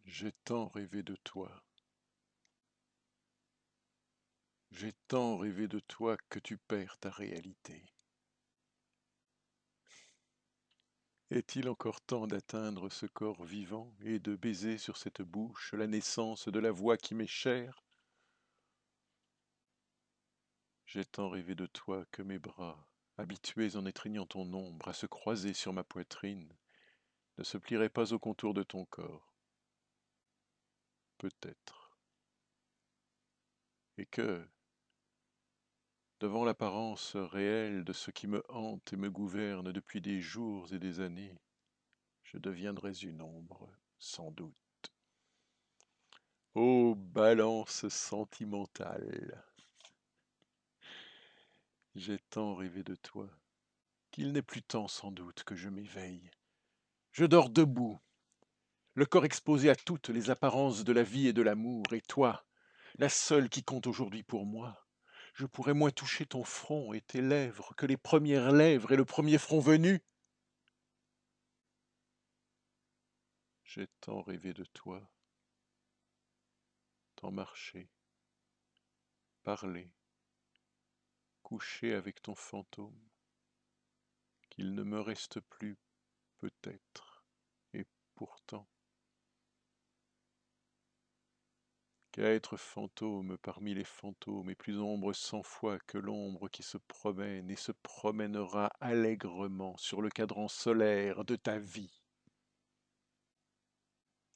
J'ai tant rêvé de toi, j'ai tant rêvé de toi que tu perds ta réalité. Est-il encore temps d'atteindre ce corps vivant et de baiser sur cette bouche la naissance de la voix qui m'est chère? J'ai tant rêvé de toi que mes bras, habitués en étreignant ton ombre à se croiser sur ma poitrine, ne se plieraient pas au contour de ton corps. Peut-être. Et que, devant l'apparence réelle de ce qui me hante et me gouverne depuis des jours et des années, je deviendrais une ombre, sans doute. Ô balance sentimentale, j'ai tant rêvé de toi qu'il n'est plus temps sans doute que je m'éveille. Je dors debout, le corps exposé à toutes les apparences de la vie et de l'amour, et toi, la seule qui compte aujourd'hui pour moi, je pourrais moins toucher ton front et tes lèvres que les premières lèvres et le premier front venu. J'ai tant rêvé de toi, tant marché, parlé, couché avec ton fantôme, qu'il ne me reste plus, peut-être, et pourtant, qu'à être fantôme parmi les fantômes et plus ombre 100 fois que l'ombre qui se promène et se promènera allègrement sur le cadran solaire de ta vie.